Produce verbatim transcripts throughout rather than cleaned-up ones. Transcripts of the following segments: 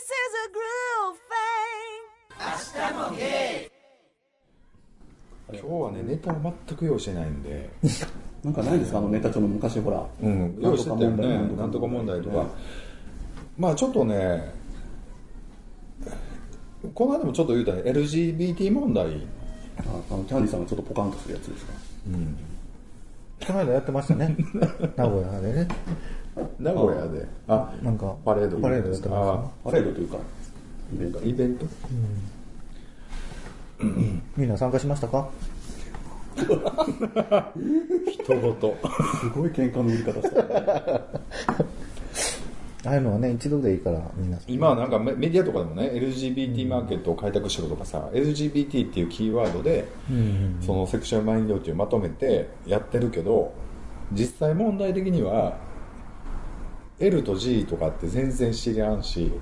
明日もゲイ。今日はねネタを全く用意してないんでなんかないですかあのネタ帳の昔ほら、 うん、用意してたよねなんとか問題とか、まあちょっとねこの間もちょっと言うたら エルジービーティー 問題、 ああのキャンディさんがちょっとポカンとするやつですか。 うん、この間やってましたね名古屋でね名古屋であなんかパレードパレードやってます、パレードというかイベントイベント、 うん、みんな参加しましたか一言すごい喧嘩の売り方した、ね、 ああいうのはね一度でいいからみんな今はなんかメディアとかでもね エルジービーティー マーケットを開拓しろとかさ、うん、エルジービーティー っていうキーワードで、うんうんうん、そのセクシュアルマイノリティをまとめてやってるけど実際問題的には L と G とかって全然知らんし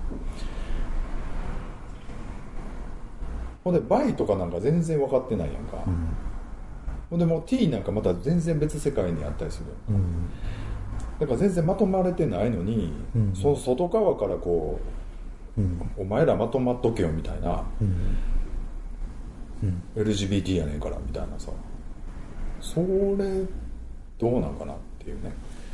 ほんでバイとかなんか全然分かってないやんか、うん、ほんでもう T なんかまた全然別世界にあったりする、うん、だから全然まとまれてないのに、うん、その外側からこう、うん、お前らまとまっとけよみたいな、うんうん、エルジービーティー やねんからみたいなさそれどうなんかなっていうね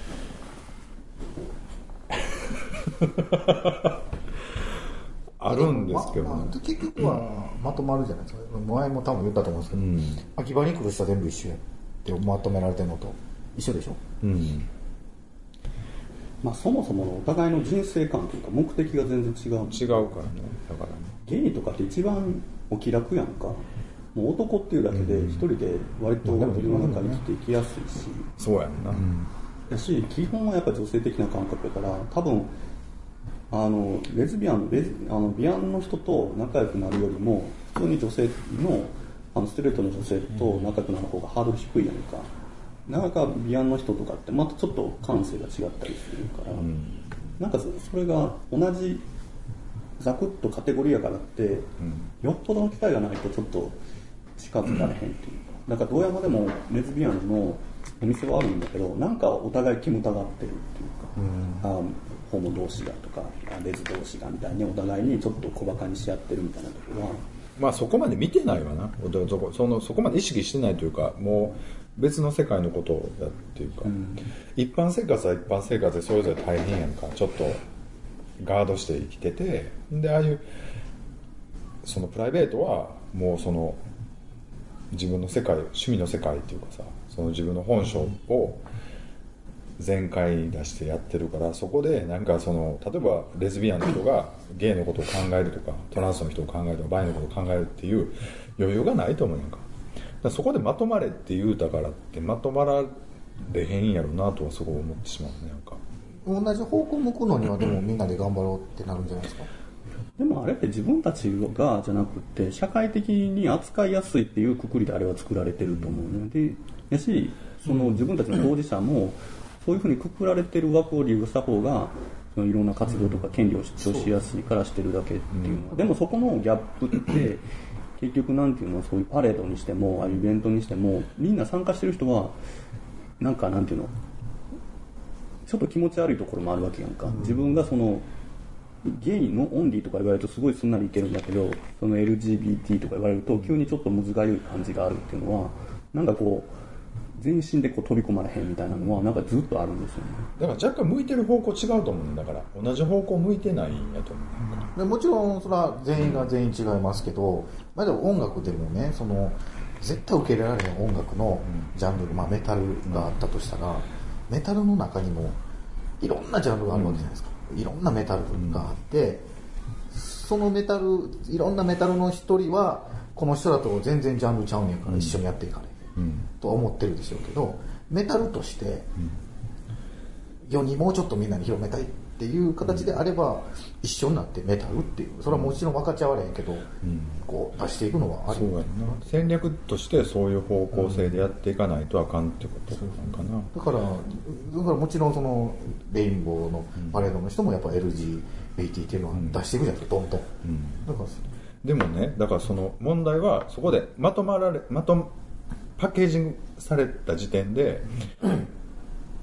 あるんですけど、ねまあまあ、 結局はまとまるじゃないですか、うん、前も多分言ったと思うんですけど、うん、秋葉に来る人は全部一緒やってまとめられてるのと一緒でしょ、うんまあ、そもそものお互いの人生観というか目的が全然違う違うからねだからねゲイとかって一番お気楽やんかもう男っていうだけで一人で割と世の中に生きていきやすいし、 うん、そうやんな、うん、 やし基本はやっぱ女性的な感覚だから多分あのレズビアンレズあのビアンの人と仲良くなるよりも普通に女性のあのストレートの女性と仲良くなる方がハードル低いやんかなかなかビアンの人とかってまたちょっと感性が違ったりするから、うん、なんかそれが同じザクッとカテゴリーやからって、うん、よっぽどの機会がないとちょっと近づかれへんっていうかだから堂山でもレズビアンのお店はあるんだけどなんかお互い煙たがってるっていうか、うん、あホモ同士がとかレズ同士がみたいにお互いにちょっと小バカにし合ってるみたいなところはまあそこまで見てないわなそのそこまで意識してないというかもう別の世界のことをやっていうか、うん、一般生活は一般生活でそれぞれ大変やんかちょっとガードして生きててでああいうそのプライベートはもうその自分の世界趣味の世界っていうかさその自分の本性を全開に出してやってるからそこでなんかその例えばレズビアンの人がゲイのことを考えるとかトランスの人を考えるとかバイのことを考えるっていう余裕がないと思うなんかそこでまとまれって言うたからってまとまられへんやろなとはすごい思ってしまうねなんか同じ方向向くのにはでもみんなで頑張ろうってなるんじゃないですかでもあれって自分たちがじゃなくて社会的に扱いやすいっていうくくりであれは作られてると思うのでやしその自分たちの当事者もそういうふうにくくられてる枠を利用した方がそのいろんな活動とか権利を主張しやすいからしてるだけっていうのは、うん、でもそこのギャップって結局なんていうのそういうパレードにしてもああいうイベントにしてもみんな参加してる人はなんかなんていうのちょっと気持ち悪いところもあるわけやんか、うん、自分がそのゲイのオンリーとか言われるとすごいすんなりいけるんだけどその エルジービーティー とか言われると急にちょっとむずがゆい感じがあるっていうのはなんかこう全身でこう飛び込まれへんみたいなのはなんかずっとあるんですよねだから若干向いてる方向違うと思うんだから同じ方向向いてないんやと思うでもちろんそれは全員が全員違いますけど、まあ、でも音楽でもねその絶対受け入れられない音楽のジャンル、まあ、メタルがあったとしたらメタルの中にもいろんなジャンルがあるわけじゃないですかいろんなメタルがあってそのメタルいろんなメタルの一人はこの人だと全然ジャンルちゃうんやから一緒にやっていかないうん、と思ってるでしょうけどメタルとして世にもうちょっとみんなに広めたいっていう形であれば一緒になってメタルっていうそれはもちろん分かち合われへんけど、うん、こう出していくのはありそうやな戦略としてそういう方向性でやっていかないとあかんってことなんかな、 うん、だからだからもちろんそのレインボーのパレードの人もやっぱ エルジービーティー っていうのは出していくじゃないですか、うん、どんどん、うん、だからでもねだからその問題はそこでまとまられまとパッケージングされた時点で、うん、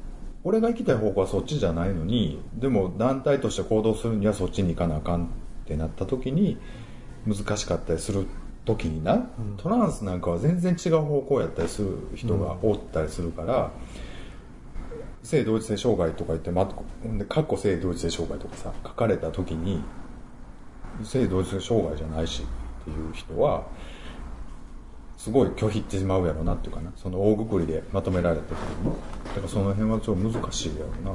俺が行きたい方向はそっちじゃないのにでも団体として行動するにはそっちに行かなあかんってってなった時に難しかったりする時にな、うん、トランスなんかは全然違う方向やったりする人がおったりするから、うん、性同一性障害とか言って、ま、でかっこ性同一性障害とかさ書かれた時に性同一性障害じゃないしっていう人はすごい拒否ってしまうやろなっていうかな、その大括りでまとめられた時に、だからその辺はちょっと難しいやろうなと思って。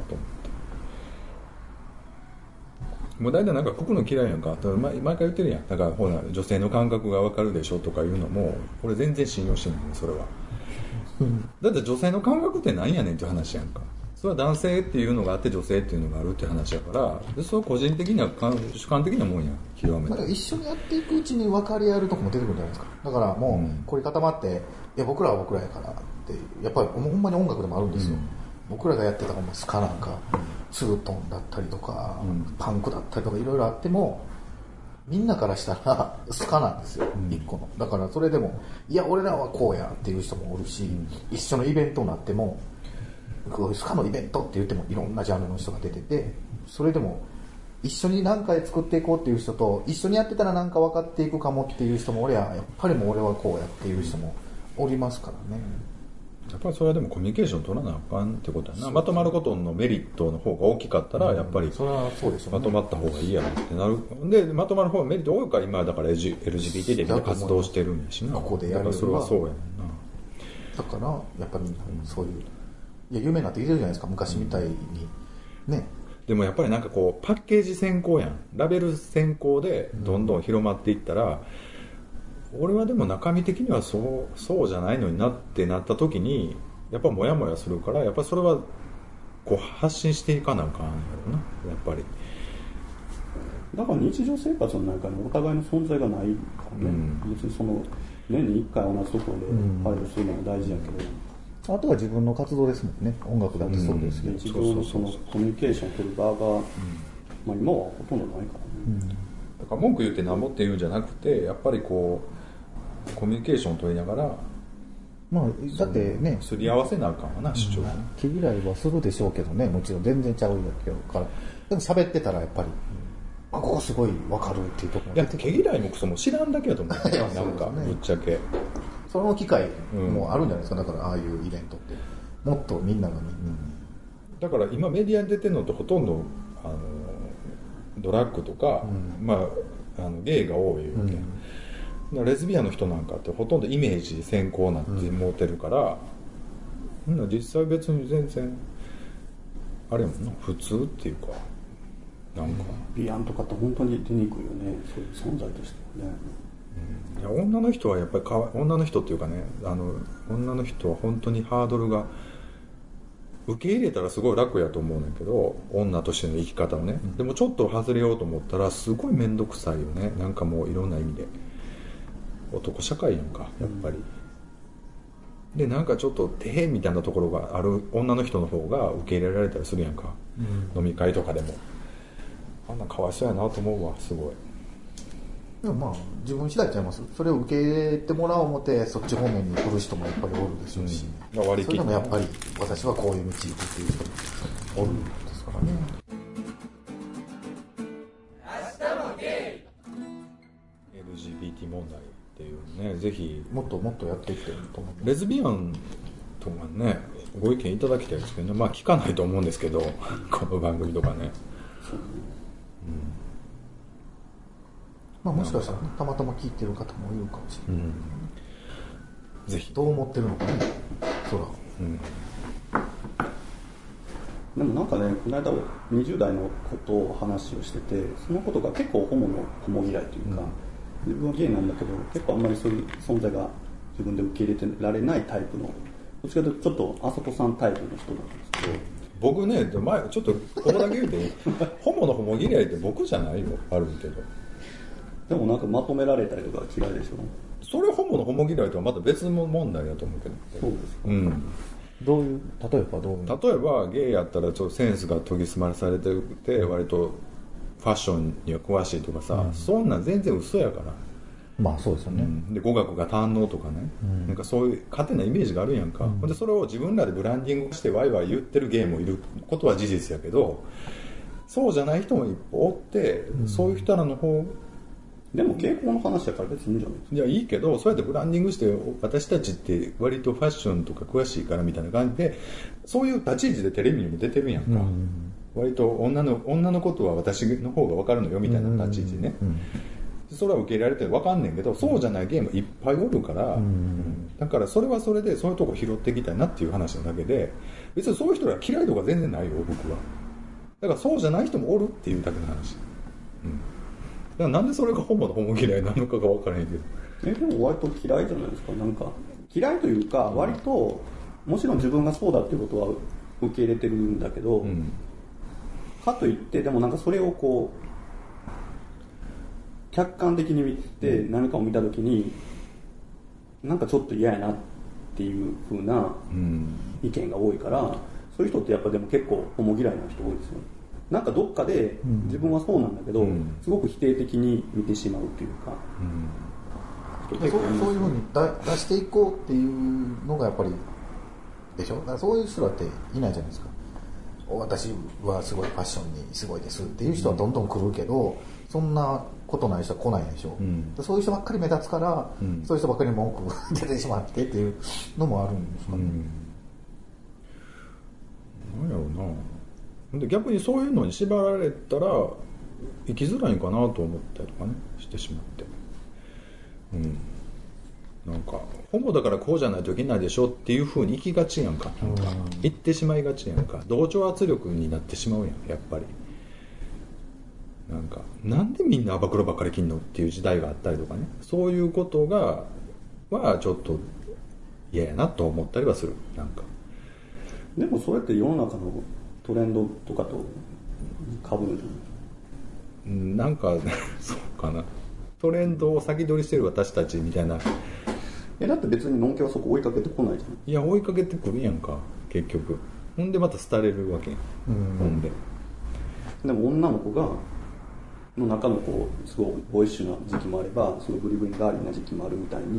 もう大体なんか書くの嫌いやんか、毎回言ってるやん。だからほら女性の感覚が分かるでしょとかいうのも俺全然信用してないねそれは。だって女性の感覚って何やねんっていう話やんか。それは男性っていうのがあって女性っていうのがあるっていう話やから、でそれは個人的には主観的なもんやん、極めて。 一緒にやっていくうちに分かり合えるとこも出てくるんじゃないですか。だからもう凝り固まって、うん、いや僕らは僕らやからってやっぱりほんまに音楽でもあるんですよ、うん、僕らがやってたのもスカなんか、うん、ツートンだったりとか、うん、パンクだったりとかいろいろあってもみんなからしたらスカなんですよ、うん、一個の。だからそれでもいや俺らはこうやっていう人もおるし、うん、一緒のイベントになってもスカのイベントって言ってもいろんなジャンルの人が出てて、それでも一緒に何かで作っていこうっていう人と一緒にやってたら何か分かっていくかもっていう人も俺はやっぱりもう俺はこうやっていう人もおりますからね。 やっぱりそれはでもコミュニケーション取らなあかんってことやな。まとまることのメリットの方が大きかったらやっぱりまとまった方がいいやろってなる。でまとまる方がメリット多いから今だから エルジービーティー でみんな活動してるんやしな。 ここでやるのはだからそれはそうやねんな。 だからやっぱりそういういや有名になってきてるじゃないですか昔みたいにね。 でもやっぱりなんかこうパッケージ先行やん、ラベル先行でどんどん広まっていったら、うん、俺はでも中身的にはそうそうじゃないのになってなった時にやっぱモヤモヤするから、やっぱそれはこう発信していかなあかんやろなやっぱり。 だから日常生活の中にお互いの存在がないからね、うん、別にその年にいっかい同じところでパレードするのが大事やけど、 うん、あとは自分の活動ですもんね。音楽だってそうですけど、 日常のそのコミュニケーションを取る場が、うんまあ、今はほとんどないからね、うん、 だから文句言ってなんぼって言うんじゃなくて、やっぱりこうコミュニケーションを取りながら、 まあ、だってねすり合わせなあかんわな、主張が、 気嫌いはするでしょうけどね、もちろん全然ちゃうけどから、でも喋ってたらやっぱり、うん、あここすごい分かるっていうところいや毛嫌いもクソも知らんだけやと思うなんかぶっちゃけその機会もあるんじゃないですか、だからああいうイベントってもっとみんなが、うん、 だから今メディアに出てるのってほとんどあのドラッグとか、うん、まあ、あのゲイが多いわけ、うん、レズビアンの人なんかってほとんどイメージ先行なって持ってるから、うん、実際別に全然あれやもんな、普通っていうかなんかビアンとかって本当に出にくいよね、そういう存在としてはね。 いや女の人はやっぱりかわ女の人っていうかね、あの女の人は本当にハードルが受け入れたらすごい楽やと思うねんけど、女としての生き方をね、うん、でもちょっと外れようと思ったらすごい面倒くさいよね、なんかもういろんな意味で男社会やんかやっぱり、うん、でなんかちょっとてへみたいなところがある女の人の方が受け入れられたりするやんか、うん、飲み会とかでもあんなかわいそうやなと思うわ、すごい。 でもまあ自分次第ちゃいます。それを受け入れてもらおう思ってそっち方面に来る人もやっぱりおるでしょうし、うん、割り切それでもやっぱり私はこういう道行くっていう人もおるんですからね、 明日もゲイ エルジービーティー 問題っていうね、ぜひもっともっとやっていきたいと思う。 レズビアンとかねご意見いただきたいですけどね、まあ聞かないと思うんですけどこの番組とかね、うんまあ、もしかしたら、ね、たまたま聞いてる方もいるかもしれない、 うん、ぜひどう思ってるのかね、そら、うん、 でもなんかね、この間にじゅう代のことを話をしてて、そのことが結構ホモのホモ嫌いというか、うん、自分はゲイなんだけど結構あんまりそういう存在が自分で受け入れてられないタイプの、どっちかというとちょっとあそこさんタイプの人なんですけど、 僕ね前ちょっとここだけ言うてホモのホモ嫌いって僕じゃないよ、あるけどでもなんかまとめられたりとか違いでしょ。 それホモのホモ嫌いとはまた別の問題だと思うけど。 そうですか、 うん、 どういう例えばどういう例えばゲイやったらちょっとセンスが研ぎ澄まされてて割とファッションには詳しいとかさ、うん、そんなん全然嘘やから。 まあそうですよね、うん、 で語学が堪能とかね、うん、なんかそういう勝手なイメージがあるやんか、うん、でそれを自分らでブランディングしてワイワイ言ってるゲイもいることは事実やけど、 そうじゃない人も一方おって、うん、そういう人らの方でも傾向の話だから別にいいんじゃないですか。 いやいいけど、そうやってブランディングして私たちって割とファッションとか詳しいからみたいな感じでそういう立ち位置でテレビにも出てるやんか、うん、割と女の女のことは私の方が分かるのよみたいな立ち位置ね、うんうんうん、それは受け入れられて分かんねんけど、そうじゃないゲームいっぱいおるから、うん、だからそれはそれでそういうとこ拾っていきたいなっていう話なだけで、別にそういう人ら嫌いとか全然ないよ僕は。だからそうじゃない人もおるっていうだけの話、うん、だからなんでそれがホモのホモ嫌いなのかが分からへんけど、 えでも割と嫌いじゃないですか。なんか嫌いというか割ともちろん自分がそうだっていうことは受け入れてるんだけど、うん、かといってでもなんかそれをこう客観的に見て何かを見たときになんかちょっと嫌やなっていう風な意見が多いから、そういう人ってやっぱでも結構ホモ嫌いな人多いですよ。なんかどっかで自分はそうなんだけど、うん、すごく否定的に見てしまうというか、 うん、そう、そういうふうに出していこうっていうのがやっぱりでしょ。だからそういう人だっていないじゃないですか。私はすごいファッションにすごいですっていう人はどんどん来るけど、そんなことない人は来ないでしょ、うん、そういう人ばっかり目立つから、うん、そういう人ばっかり文句出てしまってっていうのもあるんですかね、 うん、なんやろうな。で逆にそういうのに縛られたら生きづらいんかなと思ったりとかねしてしまって、うん、なんかホモだからこうじゃないといけないでしょっていう風に行きがちやんか、なんか言ってしまいがちやんか。同調圧力になってしまうやんやっぱり。なんかなんでみんな暴露ばっかり着んのっていう時代があったりとかね、そういうことがはちょっと嫌やなと思ったりはする。なんかでもそれって世の中のトレンドとかと被るんじゃない？なんかそうかな、トレンドを先取りしてる私たちみたいな。 えだって別にのんけはそこ追いかけてこないじゃん。 いや追いかけてくるやんか結局。ほんでまた廃れるわけやん。ほんででも女の子がの中のこうすごいボイッシュな時期もあればすごいブリブリガーリーな時期もあるみたいに、うん、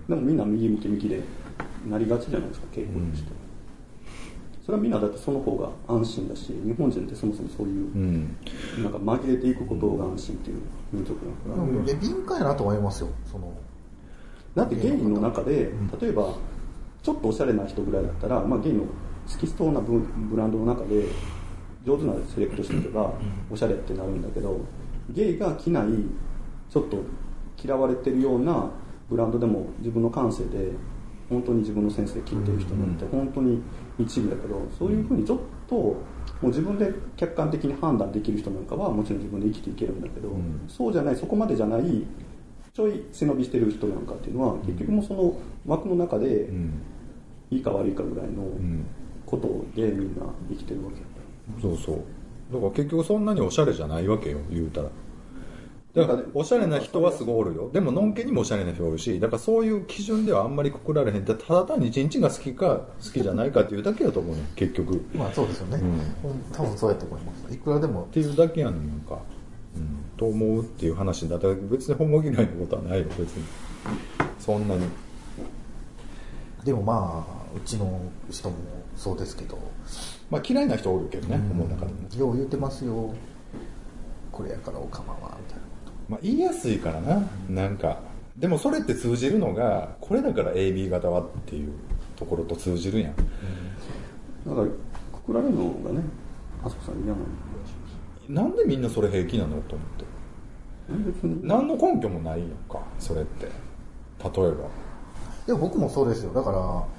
でもみんな右向き右でなりがちじゃないですか傾向として、うん、それはみんなだってその方が安心だし、日本人ってそもそもそういう、うん、なんか紛れていくことが安心っていう民族だから、うん、 敏感やなと思いますよ。そのだってゲイの中で例えばちょっとおしゃれな人ぐらいだったら、まあ、ゲイの好きそうな ブ, ブランドの中で上手なセレクトしていけばおしゃれってなるんだけど、ゲイが着ないちょっと嫌われてるようなブランドでも自分の感性で本当に自分のセンスで着れてる人なんて本当に一部だけど、そういうふうにちょっともう自分で客観的に判断できる人なんかはもちろん自分で生きていけるんだけど、そうじゃないそこまでじゃないちょい背伸びしてる人なんかっていうのは結局もうその枠の中でいいか悪いかぐらいのことでみんな生きてるわけ。 そうそう、だから結局そんなにおしゃれじゃないわけよ言うたら。だからおしゃれな人はすごいおるよ。でものんけにもおしゃれな人おるし、だからそういう基準ではあんまりくくられへん。ただ単に一日が好きか好きじゃないかっていうだけだと思うね結局。 まあそうですよね、うん、多分そうやと思います。いくらでもっていうだけやねんなんか、うん、と思うっていう話だったら別にホモ嫌いのことはないよ別にそんなに。 でもまあうちの人もそうですけど、 まあ嫌いな人おるけどね、ホモの中でもよう言うてますよ、これやからおかまはみたいな。 まあ、言いやすいからな、なんかでもそれって通じるのがこれだから エービー 型はっていうところと通じるやん、 うん、だからくくられるのがねあそこさん嫌なの。なんでみんなそれ平気なのと思って。別に何の根拠もないやんかそれって。例えばでも僕もそうですよ。だから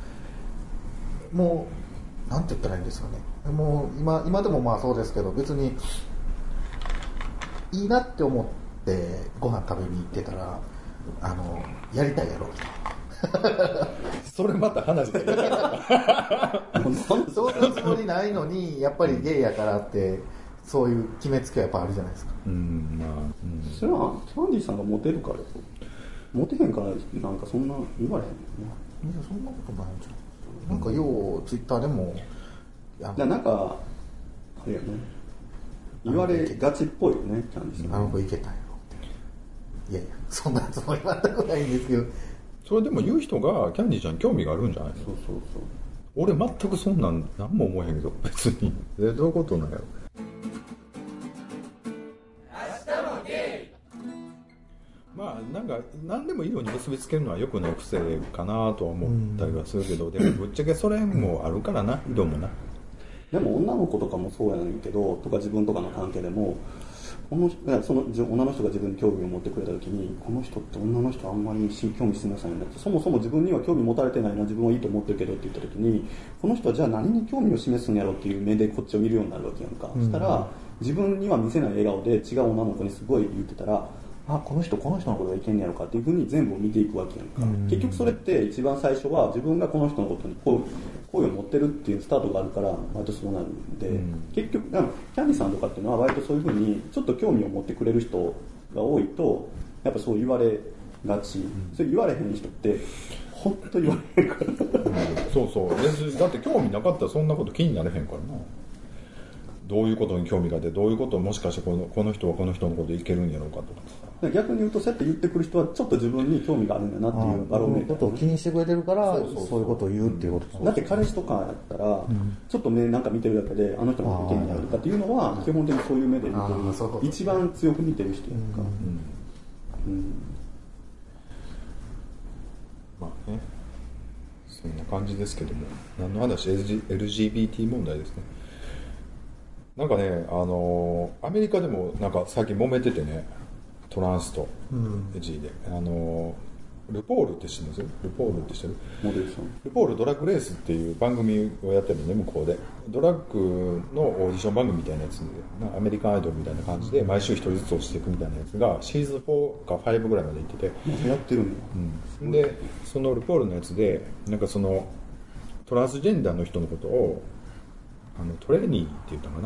もうなんて言ったらいいんですかね、もう 今, 今でもまあそうですけど別にいいなって思ってでご飯食べに行ってたらあのやりたいやろそれまた話でそんなつもりないのにやっぱりゲイやからってそういう決めつけはやっぱあるじゃないですか。 うんまあ、うん、 それはキャンディーさんがモテるからとモテへんからなんかそんな言われへんのね。いやそんなことないんじゃん。なんかようツイッターでもなんかあれやね言われがちっぽいよねキャンディーさん。 あの子いけたよ。いやいやそんなつもり全くないんですけど、 それでも言う人がキャンディーちゃん興味があるんじゃないの。 そうそうそう。 俺全くそんなん何も思えへんけど別にえどういうことなんやろ。 なんか何でも色に結びつけるのは良くない癖かなとは思ったりはするけど、うん、でもぶっちゃけそれもあるからな、色もな。 でも女の子とかもそうやねんけど、とか自分とかの関係でも、このその女の人が自分に興味を持ってくれた時に、この人って女の人あんまり興味してませんよねって、そもそも自分には興味持たれてないな、自分はいいと思ってるけどって言った時に、この人はじゃあ何に興味を示すんやろっていう目でこっちを見るようになるわけやんか、うん、そしたら自分には見せない笑顔で違う女の子にすごい言ってたら、あ、この人この人のことがいけんねやろかっていうふうに全部見ていくわけやんか、うん、結局それって一番最初は自分がこの人のことに好意好意を持ってるっていうスタートがあるから割とそうなるんで、うん、結局キャンディさんとかっていうのは割とそういうふうにちょっと興味を持ってくれる人が多いとやっぱそう言われがち、うん、それ言われへん人って本当言われへんから、うん、 そうそう、だって興味なかったらそんなこと気になれへんからな。どういうことに興味があって、どういうことをもしかしてこの、この人はこの人のこといけるんやろうかとかさ。逆に言うとそうやって言ってくる人はちょっと自分に興味があるんだなっていうバロメーター、ね、そういうことを気にしてくれてるからそういうことを言うっていうことです、 うん、だって彼氏とかやったら、うん、ちょっと目なんか見てるだけであの人のこといけんやろとかっていうのは基本的にそういう目で見てる、一番強く見てる人やんか、うんうん、 まあね、そんな感じですけども、何の話？ エルジービーティー 問題ですね。なんかね、あのー、アメリカでもなんか最近揉めててね、トランスと エジー で、うん、あのー、ルポールって知ってます？ルポールって知ってる？ モデルさん。 ルポールドラッグレースっていう番組をやってるのね、向こうで。ドラッグのオーディション番組みたいなやつで、アメリカンアイドルみたいな感じで毎週一人ずつ落ちていくみたいなやつがシーズンフォーかファイブぐらいまで行ってて。やってるんだ。 うん。で、そのルポールのやつで、なんかそのトランスジェンダーの人のことをあのトレーニーって言ったかな、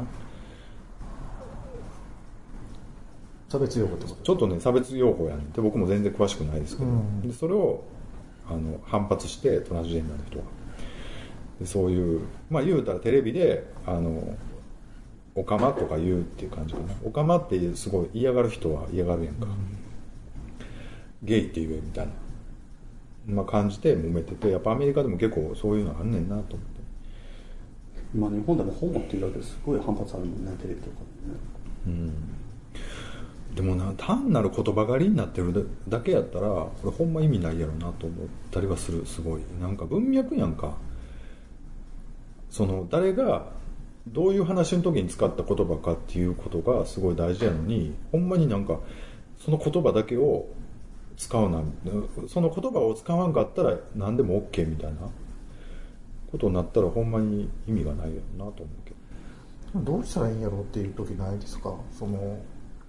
差別用語ってこと？ ちょっとね差別用語やねんって僕も全然詳しくないですけど、うん、でそれをあの反発してトランスジェンダーの人がでそういうまあ言うたらテレビであのオカマとか言うっていう感じかな。オカマってすごい嫌がる人は嫌がるやんか、うん、ゲイって言えみたいな、まあ、感じで揉めてて、やっぱアメリカでも結構そういうのあんねんなと思って。 今日本でもホモっていうだけですごい反発あるもんね、テレビとかでね。 うん、でもな単なる言葉狩りになってるだけやったらこれほんま意味ないやろなと思ったりはする。すごいなんか文脈やんか。その誰がどういう話の時に使った言葉かっていうことがすごい大事やのに、ほんまになんかその言葉だけを使うな、その言葉を使わんかったら何でも OK みたいなことになったらほんまに意味がないやろなと思うけど。 どうしたらいいんやろうっていう時ないですか？その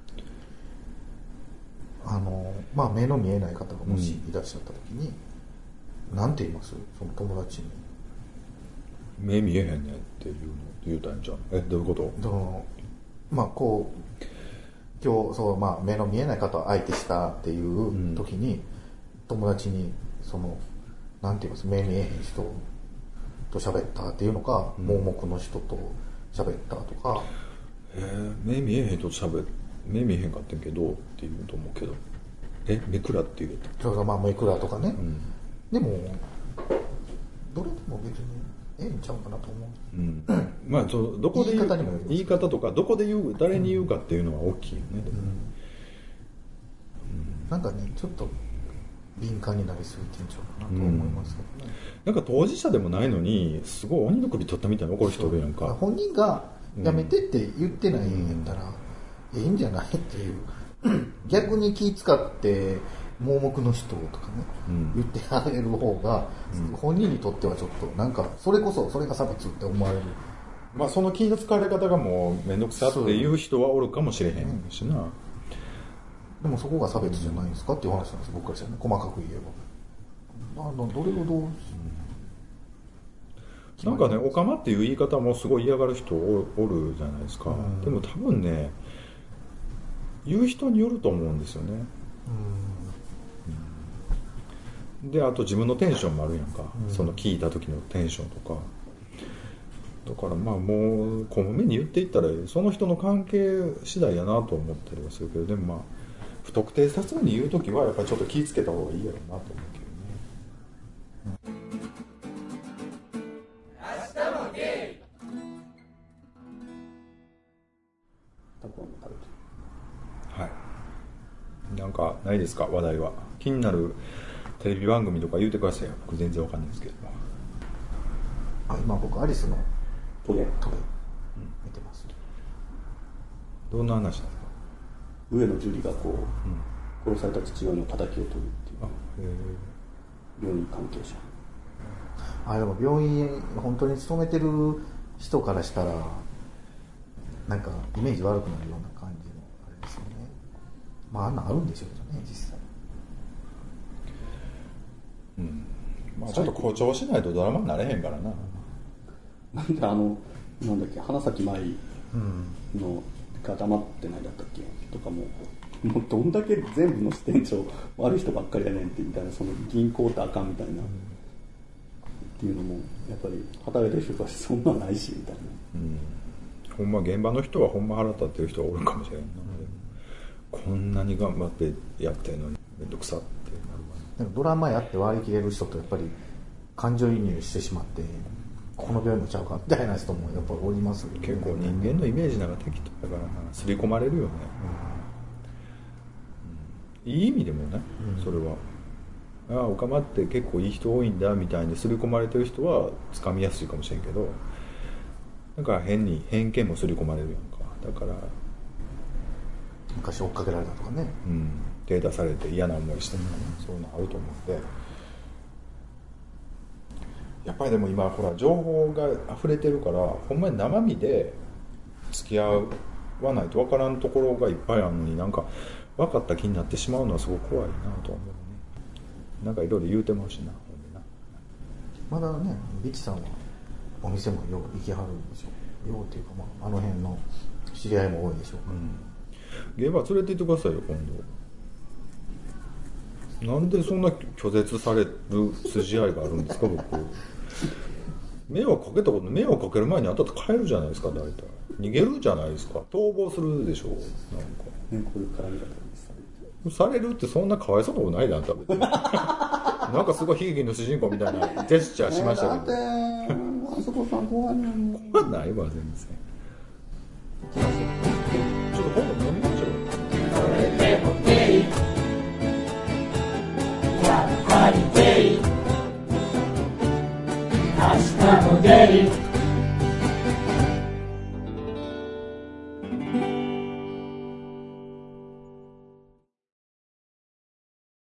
あのまあ目の見えない方がもしいらっしゃった時に、うん、なんて言います？その友達に目見えへんねんっていうの言うたんじゃん。えどういうこと？ そのまあこう今日そう、まあ、目の見えない方を相手したっていう時に、うん、友達にそのなんて言います？目見えへん人と喋ったっていうのか、うん、盲目の人と喋ったとか。 へえ、目見えへんと喋目見えへんかってんけどって言うと思うけど、え目くらって言うとそうそう、まあ目くらとかね、うん、でもどれでも別にええんちゃうかなと思う、うん、 まあそどこで言う言い方にもよります。 言い方とかどこで言う誰に言うかっていうのは大きいよね、うんでもうん、 なんかねちょっと敏感になりすぎてんちゃうかなと思いますけどね、 うん、なんか当事者でもないのにすごい鬼の首取ったみたいな怒る人いるやんか。 本人がやめてって言ってないんやったら、うん、ええんじゃないっていう逆に気使って盲目の人とかね、うん、言ってあげる方が、うん、本人にとってはちょっとなんかそれこそそれが差別って思われる。 まあその気の使われ方がもう面倒くさっていう人はおるかもしれへんしな、うん、 でもそこが差別じゃないですかっていう話なんです、僕からしたらね、細かく言えば。あのどれをどう、うん、 なんかねオカマっていう言い方もすごい嫌がる人 お, おるじゃないですか、うん、でも多分ね言う人によると思うんですよね、うん、であと自分のテンションもあるやんか、うん、その聞いた時のテンションとかだからまあもうこの目に言っていったらその人の関係次第やなと思ったりはするけど、でもまあ不特定多数に言う時はやっぱりちょっと気ぃつけた方がいいやろうなと思うけどね、 うん、明日もゲイたこも食べてはいなんかないですか話題は。気になるテレビ番組とか言うてくださいよ。僕全然わかんないですけど。 あ、今僕アリスのトゲトゲ、うん、見てます。 どんな話なんですか？ 上野樹里がこう、うん、殺された父親の敵を取るっていう。あ、へー。病院関係者。 あ、でも病院本当に勤めてる人からしたらなんかイメージ悪くなるような感じのあれですよね。まああんなあるんでしょうけどね実際。 うん。まあちょっと誇張しないとドラマになれへんからな。 なんであのなんだっけ花咲舞のが黙ってないだったっけとかも。もうどんだけ全部の支店長悪い人ばっかりやねんってみたいな、その銀行ってあかんみたいな、うん、っていうのもやっぱり働いてる人たちそんなないしみたいな、 うん、ほんま現場の人はほんま腹立ってる人はおるかもしれんな、うん、こんなに頑張ってやってんのにめんどくさってなるわね。 ドラマやって割り切れる人とやっぱり感情移入してしまってこの病院もちゃうかみたいな人もやっぱおりますよね。 結構人間のイメージなんか適当だからな、刷り込まれるよね、うん、いい意味でもね、うん、それはああオカマって結構いい人多いんだみたいに刷り込まれてる人はつかみやすいかもしれんけど、だから変に偏見も刷り込まれるやんか。だから昔追っかけられたとかね、 うん、手出されて嫌な思いしてとかね、うん、そういうのあると思うんで、やっぱりでも今ほら情報が溢れてるからほんまに生身で付き合わないと分からんところがいっぱいあるのに、なんか分かった気になってしまうのはすごく怖いなと思うね。なんかいろいろ言うてますしな。 まだねビッチさんはお店もよう行きはるんでしょう。ようっていうか、まあ、あの辺の知り合いも多いでしょうから、 うん、現場連れて行ってくださいよ今度。なんでそんな拒絶される筋合いがあるんですか僕。迷惑かけたこと迷惑かける前にあたって帰るじゃないですか。大体逃げるじゃないですか。逃亡するでしょ。なんかね、こういう絡み方にされるってそんなかわいそうなことないじゃん多分。なんかすごい悲劇の主人公みたいなジェスチャーしましたけど、 えー、だってあそこさん怖いねん。 怖ないわ全然。ちょっと今度飲みましょう。それでもゲイやっぱりゲイ明日もゲイ